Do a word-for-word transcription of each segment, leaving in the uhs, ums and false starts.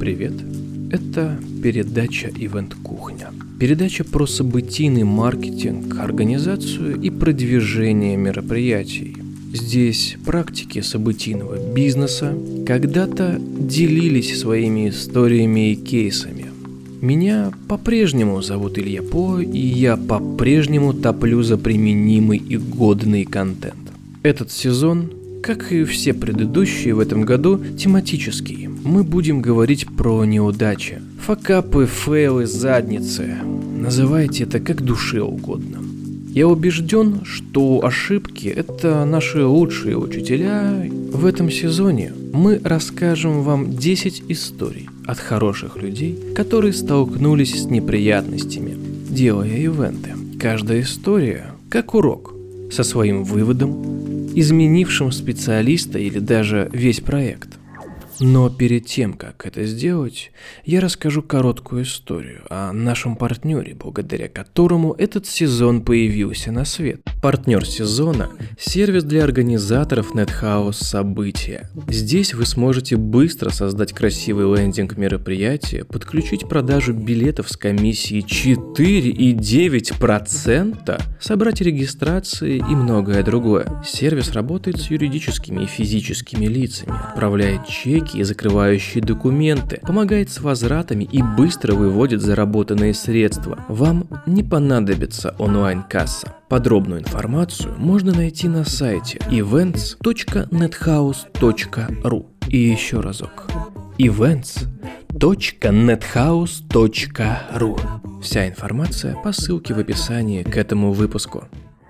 привет! Это передача «Ивент Кухня». Передача про событийный маркетинг, организацию и продвижение мероприятий. Здесь практики событийного бизнеса когда-то делились своими историями и кейсами. Меня по-прежнему зовут Илья По, и я по-прежнему топлю за применимый и годный контент. Этот сезон, как и все предыдущие в этом году, тематический. Мы будем говорить про неудачи, факапы, фейлы, задницы. Называйте это как душе угодно. Я убежден, что ошибки – это наши лучшие учителя. В этом сезоне мы расскажем вам десять историй от хороших людей, которые столкнулись с неприятностями, делая ивенты. Каждая история как урок, со своим выводом, изменившим специалиста или даже весь проект. Но перед тем, как это сделать, я расскажу короткую историю о нашем партнере, благодаря которому этот сезон появился на свет. Партнер сезона – сервис для организаторов NetHouse события. Здесь вы сможете быстро создать красивый лендинг мероприятия, подключить продажу билетов с комиссией четыре и девять десятых процента, собрать регистрации и многое другое. Сервис работает с юридическими и физическими лицами, отправляет чеки и закрывающие документы, помогает с возвратами и быстро выводит заработанные средства. Вам не понадобится онлайн-касса. Подробную информацию можно найти на сайте events точка nethouse точка ру. И еще разок. events точка nethouse точка ру. Вся информация по ссылке в описании к этому выпуску.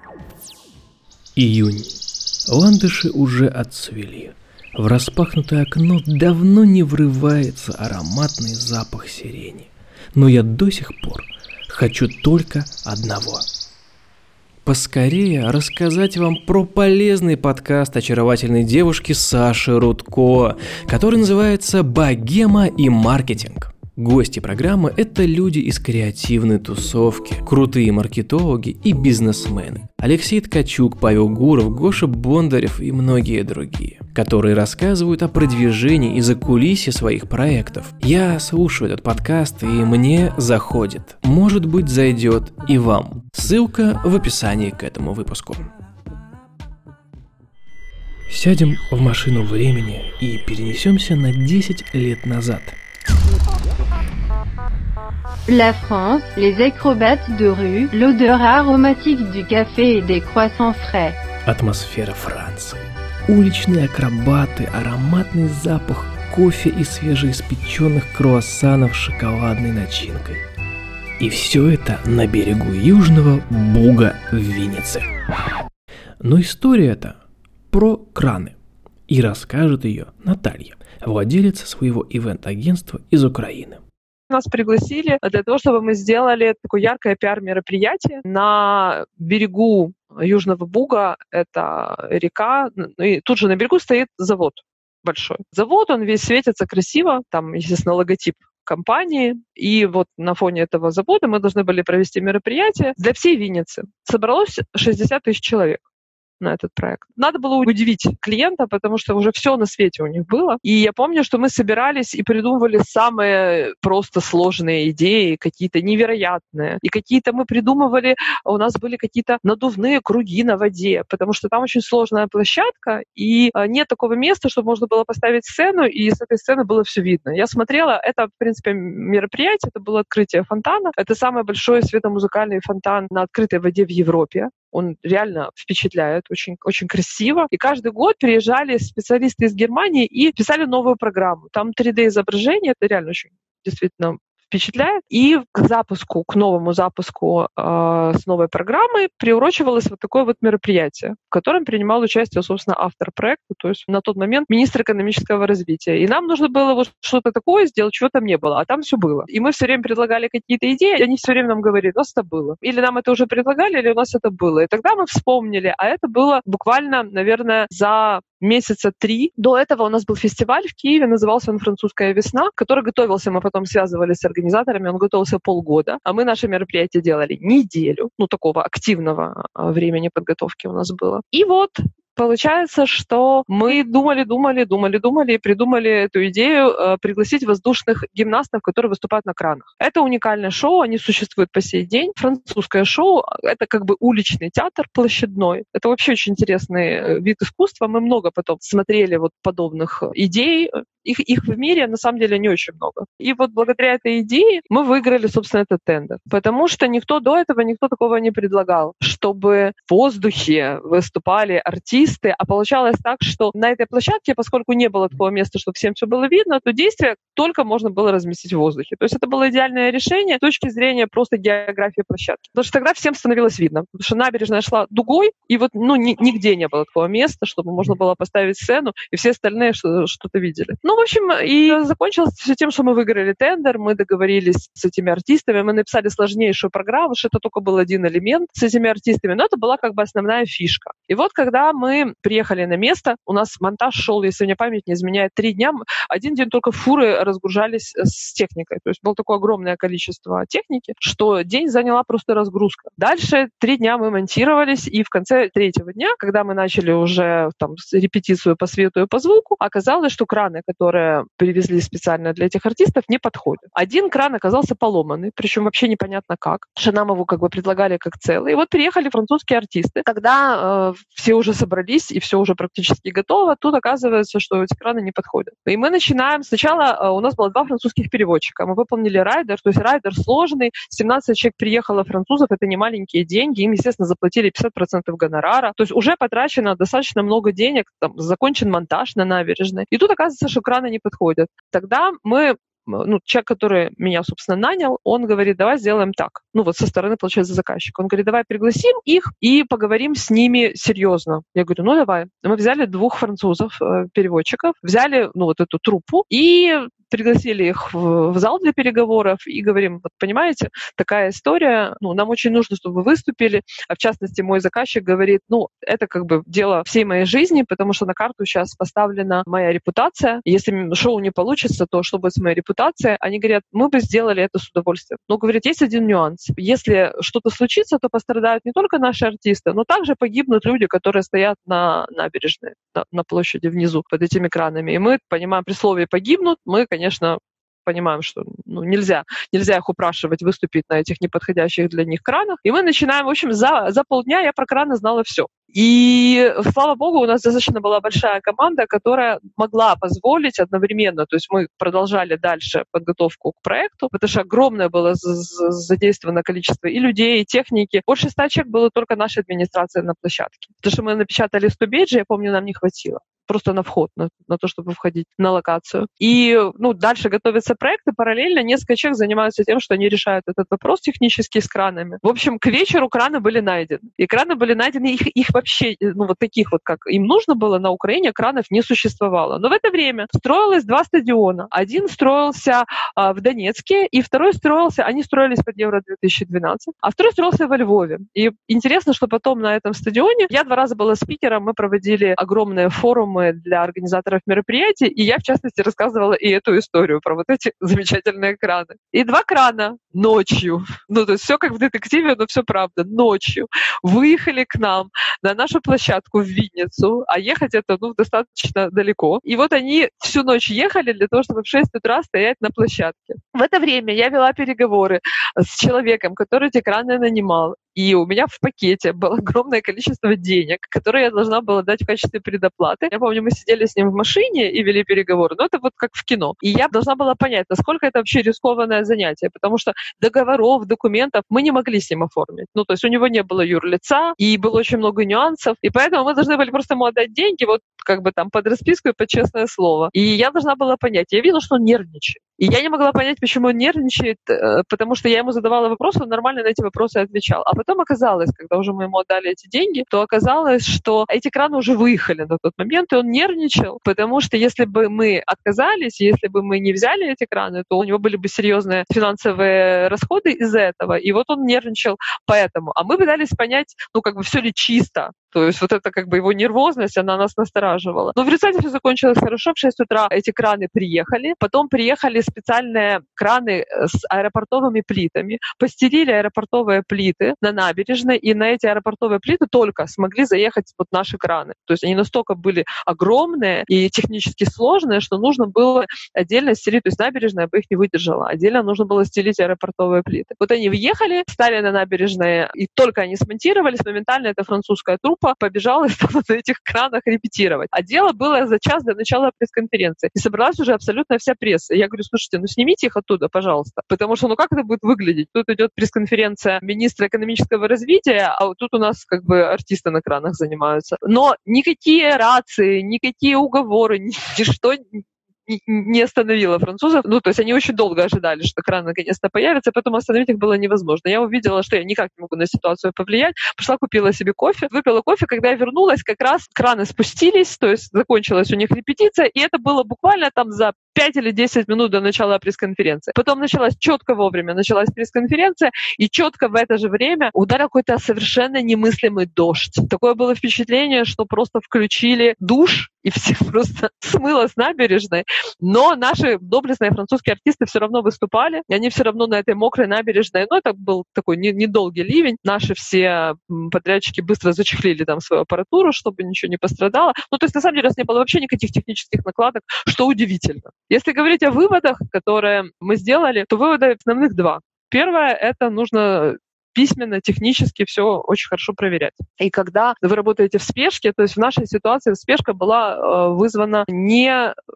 Июнь. Ландыши уже отцвели. В распахнутое окно давно не врывается ароматный запах сирени. Но я до сих пор хочу только одного. Поскорее рассказать вам про полезный подкаст очаровательной девушки Саши Рудко, который называется «Богема и маркетинг». Гости программы – это люди из креативной тусовки, крутые маркетологи и бизнесмены. Алексей Ткачук, Павел Гуров, Гоша Бондарев и многие другие, которые рассказывают о продвижении и закулисье своих проектов. Я слушаю этот подкаст, и мне заходит. Может быть, зайдет и вам. Ссылка в описании к этому выпуску. Сядем в машину времени и перенесемся на десять лет назад. La France, les acrobates de rue, l'odeur aromatique du café et des croissants frais. Атмосфера Франции. Уличные акробаты, ароматный запах кофе и свежеиспеченных круассанов с шоколадной начинкой. И все это на берегу Южного Буга в Виннице. Но история эта про краны. И расскажет ее Наталья, владелица своего ивент-агентства из Украины. Нас пригласили для того, чтобы мы сделали такое яркое пиар-мероприятие на берегу Южного Буга. Это река, и тут же на берегу стоит завод большой. Завод, он весь светится красиво, там, естественно, логотип компании. И вот на фоне этого завода мы должны были провести мероприятие для всей Винницы. Собралось шестьдесят тысяч человек на этот проект. Надо было удивить клиента, потому что уже все на свете у них было. И я помню, что мы собирались и придумывали самые просто сложные идеи, какие-то невероятные. И какие-то мы придумывали, у нас были какие-то надувные круги на воде, потому что там очень сложная площадка, и нет такого места, чтобы можно было поставить сцену, и с этой сцены было все видно. Я смотрела, это, в принципе, мероприятие, это было открытие фонтана. Это самый большой светомузыкальный фонтан на открытой воде в Европе. Он реально впечатляет, очень, очень красиво. И каждый год приезжали специалисты из Германии и писали новую программу. Там три дэ-изображение, это реально очень действительно впечатляет. И к запуску, к новому запуску э, с новой программой приурочивалось вот такое вот мероприятие, в котором принимал участие, собственно, автор проекта, то есть на тот момент министр экономического развития. И нам нужно было вот что-то такое сделать, чего там не было, а там все было. И мы все время предлагали какие-то идеи, и они все время нам говорили, у нас это было. Или нам это уже предлагали, или у нас это было. И тогда мы вспомнили, а это было буквально, наверное, за месяца три. До этого у нас был фестиваль в Киеве, назывался он «Французская весна», который готовился, мы потом связывались с организаторами, он готовился полгода, а мы наше мероприятие делали неделю, ну, такого активного времени подготовки у нас было. И вот получается, что мы думали, думали, думали, думали и придумали эту идею э, пригласить воздушных гимнастов, которые выступают на кранах. Это уникальное шоу, они существуют по сей день. Французское шоу, это как бы уличный театр площадной. Это вообще очень интересный вид искусства. Мы много потом смотрели вот подобных идей. Их, их в мире, на самом деле, не очень много. И вот благодаря этой идее мы выиграли, собственно, этот тендер. Потому что никто до этого, никто такого не предлагал, чтобы в воздухе выступали артисты. А получалось так, что на этой площадке, поскольку не было такого места, чтобы всем все было видно, то действие только можно было разместить в воздухе. То есть это было идеальное решение с точки зрения просто географии площадки. Потому что тогда всем становилось видно. Потому что набережная шла дугой, и вот ну, ни, нигде не было такого места, чтобы можно было поставить сцену, и все остальные что-то видели. Ну, в общем, и закончилось все тем, что мы выиграли тендер, мы договорились с этими артистами, мы написали сложнейшую программу, что это только был один элемент с этими артистами, но это была как бы основная фишка. И вот когда мы приехали на место, у нас монтаж шел, если мне память не изменяет, три дня, один день только фуры разгружались с техникой, то есть было такое огромное количество техники, что день заняла просто разгрузка. Дальше три дня мы монтировались, и в конце третьего дня, когда мы начали уже там репетицию по свету и по звуку, оказалось, что краны, которые которые привезли специально для этих артистов, не подходят. Один кран оказался поломанный, причем вообще непонятно как. Что нам его как бы предлагали как целый. И вот приехали французские артисты. Когда э, все уже собрались и все уже практически готово, тут оказывается, что эти краны не подходят. И мы начинаем. Сначала э, у нас было два французских переводчика. Мы выполнили райдер, то есть райдер сложный. семнадцать человек приехало французов, это не маленькие деньги. Им, естественно, заплатили пятьдесят процентов гонорара. То есть уже потрачено достаточно много денег, там, закончен монтаж на набережной. И тут оказывается, что краны не подходят. Тогда мы, ну, человек, который меня, собственно, нанял, он говорит, давай сделаем так. Ну, вот со стороны, получается, заказчика. Он говорит, давай пригласим их и поговорим с ними серьезно. Я говорю, ну, давай. Мы взяли двух французов, переводчиков, взяли, ну, вот эту труппу и пригласили их в, в зал для переговоров и говорим, вот понимаете, такая история, ну, нам очень нужно, чтобы вы выступили, а в частности мой заказчик говорит, ну, это как бы дело всей моей жизни, потому что на карту сейчас поставлена моя репутация, если шоу не получится, то что будет с моей репутацией? Они говорят, мы бы сделали это с удовольствием. Но, говорят, есть один нюанс. Если что-то случится, то пострадают не только наши артисты, но также погибнут люди, которые стоят на набережной, на, на площади внизу под этими кранами. И мы понимаем, при слове «погибнут», мы, конечно, понимаем, что ну, нельзя, нельзя их упрашивать выступить на этих неподходящих для них кранах. И мы начинаем, в общем, за, за полдня я про краны знала все. И, слава богу, у нас достаточно была большая команда, которая могла позволить одновременно, то есть мы продолжали дальше подготовку к проекту, потому что огромное было задействовано количество и людей, и техники. Больше ста человек было только наша администрация на площадке. Потому что мы напечатали сто бейджей, я помню, нам не хватило. Просто на вход, на, на то, чтобы входить на локацию. И ну, дальше готовятся проекты, параллельно несколько человек занимаются тем, что они решают этот вопрос технически с кранами. В общем, к вечеру краны были найдены. И краны были найдены, их, их вообще, ну вот таких вот, как им нужно было, на Украине кранов не существовало. Но в это время строилось два стадиона. Один строился а, в Донецке, и второй строился, они строились под Евро две тысячи двенадцать, а второй строился во Львове. И интересно, что потом на этом стадионе, я два раза была спикером, мы проводили огромные форумы для организаторов мероприятий, и я, в частности, рассказывала и эту историю про вот эти замечательные краны. И два крана ночью, ну, то есть все как в детективе, но все правда, ночью выехали к нам на нашу площадку в Винницу, а ехать это, ну, достаточно далеко. И вот они всю ночь ехали для того, чтобы в шесть утра стоять на площадке. В это время я вела переговоры с человеком, который эти краны нанимал. И у меня в пакете было огромное количество денег, которые я должна была дать в качестве предоплаты. Я помню, мы сидели с ним в машине и вели переговоры. Но это вот как в кино. И я должна была понять, насколько это вообще рискованное занятие, потому что договоров, документов мы не могли с ним оформить. Ну, то есть у него не было юрлица, и было очень много нюансов. И поэтому мы должны были просто ему отдать деньги, вот как бы там под расписку и под честное слово. И я должна была понять. Я видела, что он нервничает. И я не могла понять, почему он нервничает, потому что я ему задавала вопросы, он нормально на эти вопросы отвечал. А потом оказалось, когда уже мы ему отдали эти деньги, то оказалось, что эти краны уже выехали на тот момент, и он нервничал, потому что если бы мы отказались, если бы мы не взяли эти краны, то у него были бы серьезные финансовые расходы из-за этого. И вот он нервничал поэтому. А мы пытались понять, ну как бы все ли чисто. То есть вот это как бы его нервозность, она нас настораживала. Но в результате все закончилось хорошо. В шесть утра эти краны приехали. Потом приехали специальные краны с аэропортовыми плитами. Постелили аэропортовые плиты на набережной. И на эти аэропортовые плиты только смогли заехать вот наши краны. То есть они настолько были огромные и технически сложные, что нужно было отдельно стелить. То есть набережная бы их не выдержала. Отдельно нужно было стелить аэропортовые плиты. Вот они въехали, стали на набережной, и только они смонтировались, моментально эта французская труппа побежала и стала на этих кранах репетировать. А дело было за час до начала пресс-конференции. И собралась уже абсолютно вся пресса. Я говорю, слушайте, ну снимите их оттуда, пожалуйста. Потому что, ну как это будет выглядеть? Тут идет пресс-конференция министра экономического развития, а вот тут у нас как бы артисты на кранах занимаются. Но никакие рации, никакие уговоры, ничто не остановила французов. Ну, то есть они очень долго ожидали, что кран наконец-то появится, поэтому остановить их было невозможно. Я увидела, что я никак не могу на ситуацию повлиять. Пошла, купила себе кофе, выпила кофе. Когда я вернулась, как раз краны спустились, то есть закончилась у них репетиция, и это было буквально там за пять или десять минут до начала пресс-конференции. Потом началась четко вовремя, началась пресс-конференция, и четко в это же время ударил какой-то совершенно немыслимый дождь. Такое было впечатление, что просто включили душ, и все просто смыло с набережной. Но наши доблестные французские артисты все равно выступали, и они все равно на этой мокрой набережной, ну, это был такой недолгий ливень, наши все подрядчики быстро зачехлили там свою аппаратуру, чтобы ничего не пострадало. Ну, то есть, на самом деле, у нас не было вообще никаких технических накладок, что удивительно. Если говорить о выводах, которые мы сделали, то вывода основных два. Первое — это нужно письменно, технически все очень хорошо проверять. И когда вы работаете в спешке, то есть в нашей ситуации спешка была э, вызвана не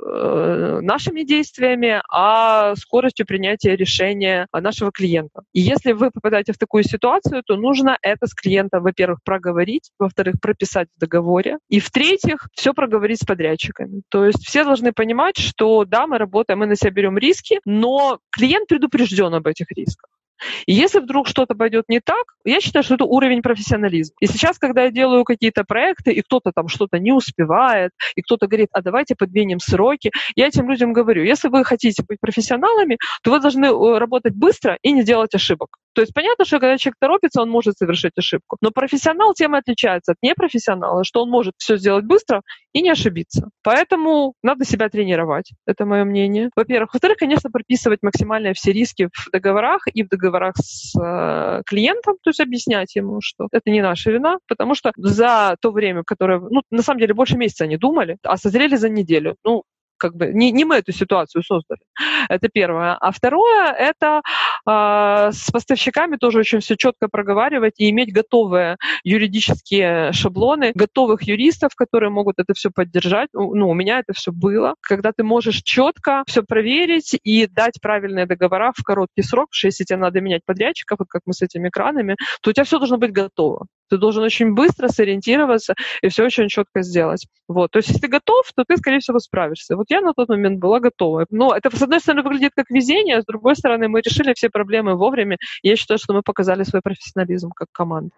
э, нашими действиями, а скоростью принятия решения нашего клиента. И если вы попадаете в такую ситуацию, то нужно это с клиентом, во-первых, проговорить, во-вторых, прописать в договоре, и в-третьих, все проговорить с подрядчиками. То есть все должны понимать, что да, мы работаем, мы на себя берем риски, но клиент предупрежден об этих рисках. И если вдруг что-то пойдет не так, я считаю, что это уровень профессионализма. И сейчас, когда я делаю какие-то проекты, и кто-то там что-то не успевает, и кто-то говорит, а давайте подвинем сроки, я этим людям говорю, если вы хотите быть профессионалами, то вы должны работать быстро и не делать ошибок. То есть понятно, что когда человек торопится, он может совершить ошибку. Но профессионал тем и отличается от непрофессионала, что он может все сделать быстро и не ошибиться. Поэтому надо себя тренировать. Это мое мнение. Во-первых. Во-вторых, конечно, прописывать максимально все риски в договорах и в договорах с э, клиентом, то есть объяснять ему, что это не наша вина, потому что за то время, которое... Ну, на самом деле, больше месяца они думали, а созрели за неделю. Ну, как бы не, не мы эту ситуацию создали. Это первое. А второе, это э, с поставщиками тоже очень все четко проговаривать и иметь готовые юридические шаблоны, готовых юристов, которые могут это все поддержать. Ну, у меня это все было. Когда ты можешь четко все проверить и дать правильные договора в короткий срок, потому что если тебе надо менять подрядчиков, вот как мы с этими экранами, то у тебя все должно быть готово. Ты должен очень быстро сориентироваться и все очень четко сделать. Вот. То есть, если ты готов, то ты, скорее всего, справишься. Вот я на тот момент была готова. Но это, с одной стороны, выглядит как везение, а с другой стороны, мы решили все проблемы вовремя. И я считаю, что мы показали свой профессионализм как команда.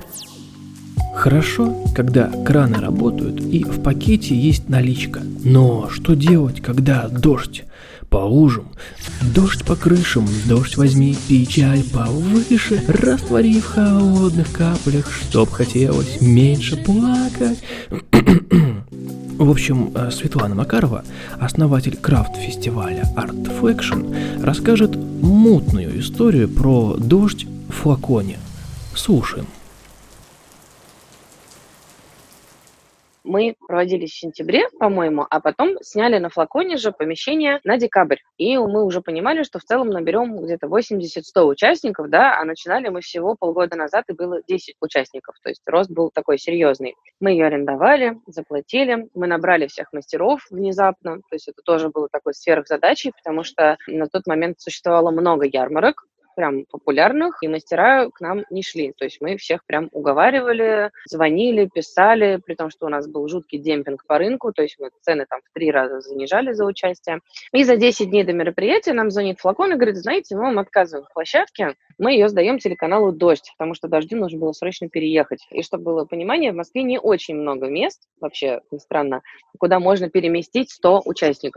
Хорошо, когда краны работают и в пакете есть наличка. Но что делать, когда дождь по лужам, дождь по крышам, дождь возьми печаль повыше, раствори в холодных каплях, чтоб хотелось меньше плакать. В общем, Светлана Макарова, основатель крафт-фестиваля Artflexion, расскажет мутную историю про дождь в флаконе. Слушаем. Мы проводились в сентябре, по-моему, а потом сняли на флаконе же помещение на декабрь. И мы уже понимали, что в целом наберем где-то восемьдесят-сто участников, да, а начинали мы всего полгода назад, и было десять участников. То есть рост был такой серьезный. Мы ее арендовали, заплатили, мы набрали всех мастеров внезапно. То есть это тоже было такой сверхзадачей, потому что на тот момент существовало много ярмарок, прям популярных, и мастера к нам не шли. То есть мы всех прям уговаривали, звонили, писали, при том, что у нас был жуткий демпинг по рынку, то есть мы цены там в три раза занижали за участие. И за десять дней до мероприятия нам звонит Флакон и говорит, знаете, мы вам отказываем в площадке, мы ее сдаем телеканалу «Дождь», потому что «Дождю» нужно было срочно переехать. И чтобы было понимание, в Москве не очень много мест, вообще, не странно, куда можно переместить сто участников. То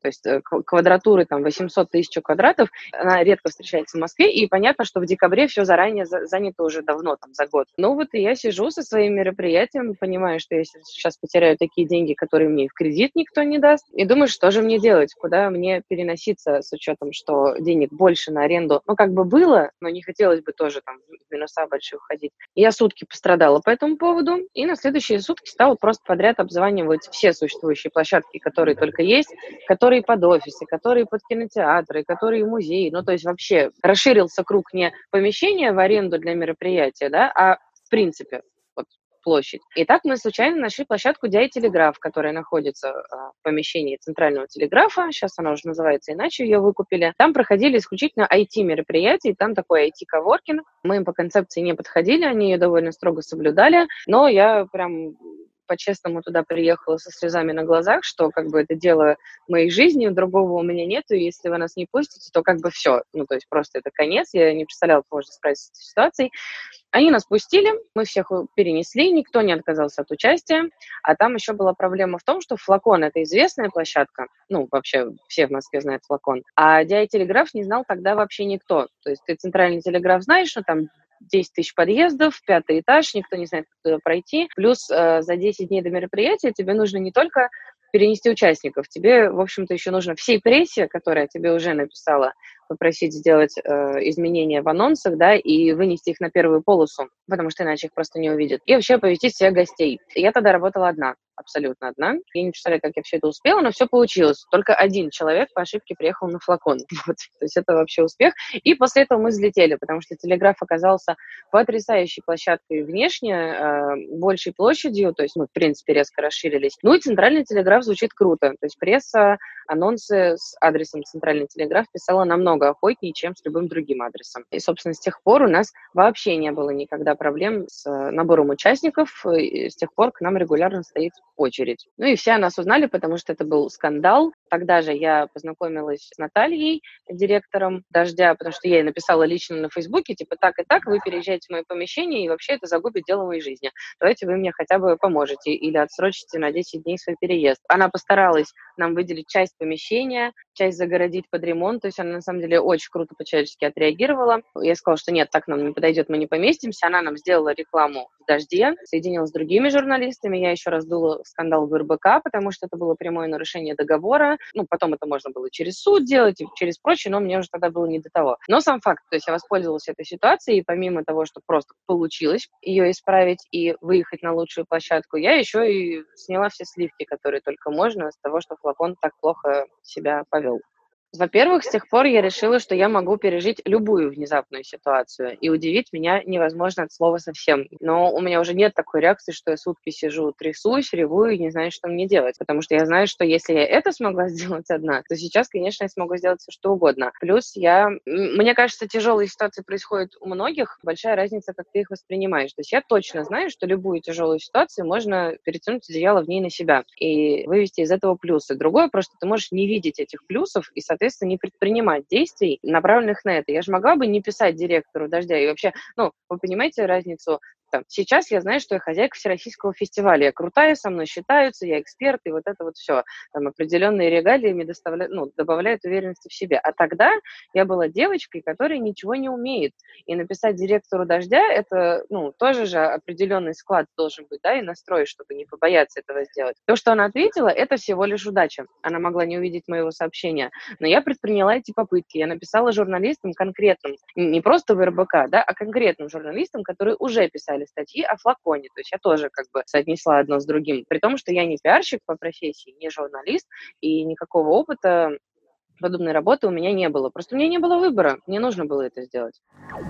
То есть э, к- квадратуры там восемьсот тысяч квадратов, она редко встречается в Москве, и понятно, что в декабре все заранее за- занято уже давно, там, за год. Ну вот и я сижу со своим мероприятием, понимаю, что я сейчас потеряю такие деньги, которые мне и в кредит никто не даст, и думаю, что же мне делать, куда мне переноситься с учетом, что денег больше на аренду, ну как бы было, но не хотелось бы тоже там в минуса большие уходить. Я сутки пострадала по этому поводу, и на следующие сутки стала просто подряд обзванивать все существующие площадки, которые только есть, которые под офисы, которые под кинотеатры, которые музеи. Ну, то есть вообще расширился круг не помещения в аренду для мероприятия, да, а в принципе вот, площадь. И так мы случайно нашли площадку ди ай Телеграф, которая находится а, в помещении Центрального телеграфа. Сейчас она уже называется иначе, ее выкупили. Там проходили исключительно ай ти-мероприятия, там такой ай ти-коворкинг. Мы им по концепции не подходили, они ее довольно строго соблюдали, но я прям по-честному туда приехала со слезами на глазах, что как бы это дело моей жизни, другого у меня нету, и если вы нас не пустите, то как бы все. Ну, то есть просто это конец, я не представляла, как можно справиться с этой ситуацией. Они нас пустили, мы всех перенесли, никто не отказался от участия, а там еще была проблема в том, что Флакон — это известная площадка, ну, вообще все в Москве знают Флакон, а ди ай Телеграф не знал тогда вообще никто. То есть ты Центральный телеграф знаешь, но там десять тысяч подъездов, пятый этаж, никто не знает, как туда пройти. Плюс э, за десять дней до мероприятия тебе нужно не только перенести участников, тебе, в общем-то, еще нужно всей прессе, которая тебе уже написала, попросить сделать э, изменения в анонсах, да, и вынести их на первую полосу, потому что иначе их просто не увидят. И вообще оповестить всех гостей. Я тогда работала одна, абсолютно одна. Я не представляю, как я все это успела, но все получилось. Только один человек по ошибке приехал на Флакон. Вот. То есть это вообще успех. И после этого мы взлетели, потому что Телеграф оказался потрясающей площадкой внешне, э, большей площадью, то есть мы, в принципе, резко расширились. Ну и Центральный телеграф звучит круто. То есть пресса анонсы с адресом Центральный телеграф писала намного охотнее, чем с любым другим адресом. И, собственно, с тех пор у нас вообще не было никогда проблем с набором участников. И с тех пор к нам регулярно стоит очередь. Ну и все о нас узнали, потому что это был скандал. Тогда же я познакомилась с Натальей, директором «Дождя», потому что я ей написала лично на Фейсбуке, типа, так и так, вы переезжаете в мое помещение, и вообще это загубит дело моей жизни. Давайте вы мне хотя бы поможете или отсрочите на десять дней свой переезд. Она постаралась нам выделить часть помещения, часть загородить под ремонт, то есть она на самом деле очень круто по-человечески отреагировала. Я сказала, что нет, так нам не подойдет, мы не поместимся. Она нам сделала рекламу в «Дожде», соединилась с другими журналистами. Я еще раздула скандал в эр бэ ка, потому что это было прямое нарушение договора. Ну, потом это можно было через суд делать, и через прочее, но мне уже тогда было не до того. Но сам факт, то есть я воспользовалась этой ситуацией, и помимо того, что просто получилось ее исправить и выехать на лучшую площадку, я еще и сняла все сливки, которые только можно, с того, что Флакон так плохо себя повел. Во-первых, с тех пор я решила, что я могу пережить любую внезапную ситуацию, и удивить меня невозможно от слова совсем. Но у меня уже нет такой реакции, что я сутки сижу, трясусь, ревую и не знаю, что мне делать. Потому что я знаю, что если я это смогла сделать одна, то сейчас, конечно, я смогу сделать все, что угодно. Плюс я... Мне кажется, тяжелые ситуации происходят у многих. Большая разница, как ты их воспринимаешь. То есть я точно знаю, что любую тяжелую ситуацию можно перетянуть одеяло в ней на себя и вывести из этого плюсы. Другое, просто ты можешь не видеть этих плюсов и, соответственно, не предпринимать действий, направленных на это. Я же могла бы не писать директору «Дождя». И вообще, ну, вы понимаете разницу? Там, сейчас я знаю, что я хозяйка Всероссийского фестиваля. Я крутая, со мной считаются, я эксперт, и вот это вот все. Там определенные регалии мне доставляют, ну, добавляют уверенности в себе. А тогда я была девочкой, которая ничего не умеет. И написать директору «Дождя» — это, ну, тоже же определенный склад должен быть, да, и настрой, чтобы не побояться этого сделать. То, что она ответила, это всего лишь удача. Она могла не увидеть моего сообщения. Но я предприняла эти попытки. Я написала журналистам конкретным, не просто в эр бэ ка, да, а конкретным журналистам, которые уже писали статьи о Флаконе. То есть я тоже как бы соотнесла одно с другим. При том, что я не пиарщик по профессии, не журналист, и никакого опыта подобной работы у меня не было. Просто у меня не было выбора. Мне нужно было это сделать.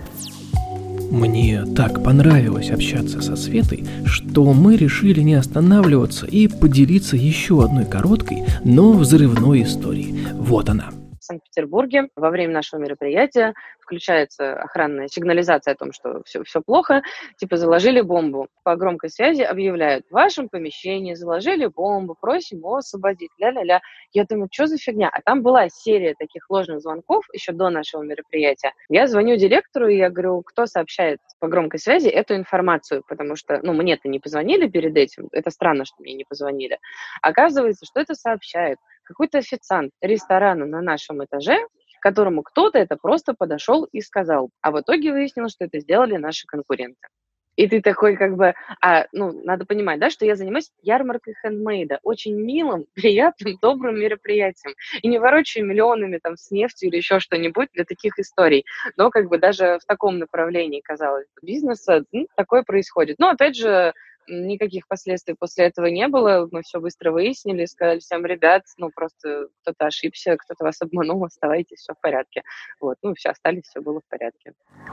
Мне так понравилось общаться со Светой, что мы решили не останавливаться и поделиться еще одной короткой, но взрывной историей. Вот она. В Санкт-Петербурге во время нашего мероприятия включается охранная сигнализация о том, что все, все плохо, типа заложили бомбу. По громкой связи объявляют: в вашем помещении заложили бомбу, просим его освободить, ля-ля-ля. Я думаю, что за фигня? А там была серия таких ложных звонков еще до нашего мероприятия. Я звоню директору, и я говорю, кто сообщает по громкой связи эту информацию, потому что, ну, мне-то не позвонили перед этим, это странно, что мне не позвонили. Оказывается, что это сообщает какой-то официант ресторана на нашем этаже, которому кто-то это просто подошел и сказал. А в итоге выяснилось, что это сделали наши конкуренты. И ты такой как бы, а, ну, надо понимать, да, что я занимаюсь ярмаркой хендмейда, очень милым, приятным, добрым мероприятием. И не ворочаю миллионами там с нефтью или еще что-нибудь для таких историй. Но как бы даже в таком направлении, казалось бы, бизнеса, ну, такое происходит. Но опять же, никаких последствий после этого не было. Мы все быстро выяснили, сказали всем: ребят, ну, просто кто-то ошибся, кто-то вас обманул, оставайтесь, все в порядке. Вот, ну, все остались, все было в порядке.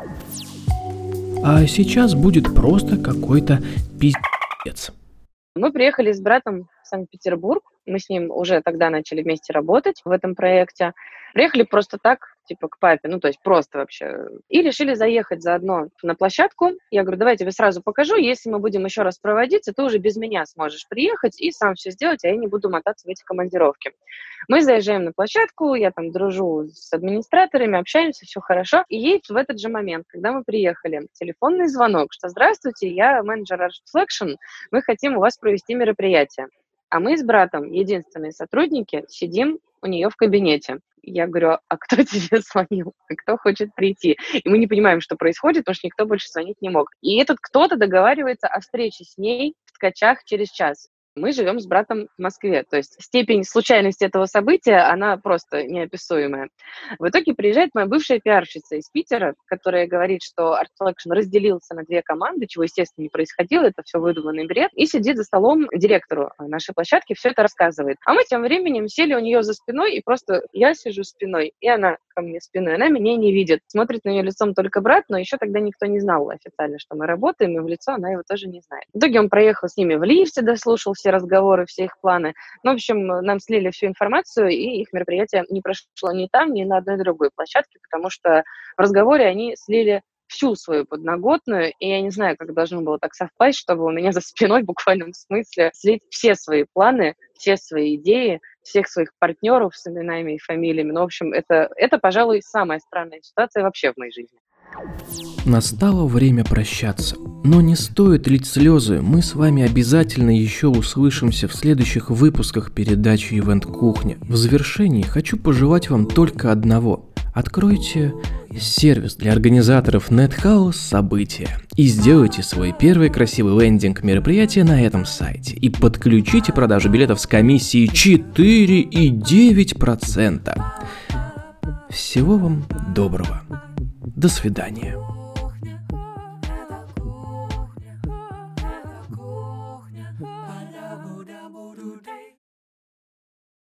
А сейчас будет просто какой-то пиздец. Мы приехали с братом в Санкт-Петербург. Мы с ним уже тогда начали вместе работать в этом проекте. Приехали просто так, типа к папе, ну, то есть просто вообще. И решили заехать заодно на площадку. Я говорю: давай я тебе сразу покажу, если мы будем еще раз проводиться, ты уже без меня сможешь приехать и сам все сделать, а я не буду мотаться в эти командировки. Мы заезжаем на площадку, я там дружу с администраторами, общаемся, все хорошо. И ей в этот же момент, когда мы приехали, телефонный звонок, что: здравствуйте, я менеджер Art Reflection, мы хотим у вас провести мероприятие. А мы с братом, единственные сотрудники, сидим у нее в кабинете. Я говорю: а кто тебе звонил? А кто хочет прийти? И мы не понимаем, что происходит, потому что никто больше звонить не мог. И этот кто-то договаривается о встрече с ней в Ткачах через час. Мы живем с братом в Москве, то есть степень случайности этого события, она просто неописуемая. В итоге приезжает моя бывшая пиарщица из Питера, которая говорит, что Art Reflection разделился на две команды, чего, естественно, не происходило, это все выдуманный бред, и сидит за столом директору нашей площадки, все это рассказывает. А мы тем временем сели у нее за спиной, и просто я сижу спиной, и она ко мне спиной, она меня не видит. Смотрит на нее лицом только брат, но еще тогда никто не знал официально, что мы работаем, и в лицо она его тоже не знает. В итоге он проехал с ними в лифте, дослушал все разговоры, все их планы. Ну, в общем, нам слили всю информацию, и их мероприятие не прошло ни там, ни на одной другой площадке, потому что в разговоре они слили всю свою подноготную, и я не знаю, как должно было так совпасть, чтобы у меня за спиной в буквальном смысле слить все свои планы, все свои идеи, всех своих партнеров с именами и фамилиями. Ну, в общем, это, это, пожалуй, самая странная ситуация вообще в моей жизни. Настало время прощаться, но не стоит лить слезы, мы с вами обязательно еще услышимся в следующих выпусках передачи Event Кухня. В завершении хочу пожелать вам только одного. Откройте сервис для организаторов NetHouse события и сделайте свой первый красивый лендинг мероприятия на этом сайте и подключите продажу билетов с комиссией четыре и девять десятых процента. Всего вам доброго. До свидания.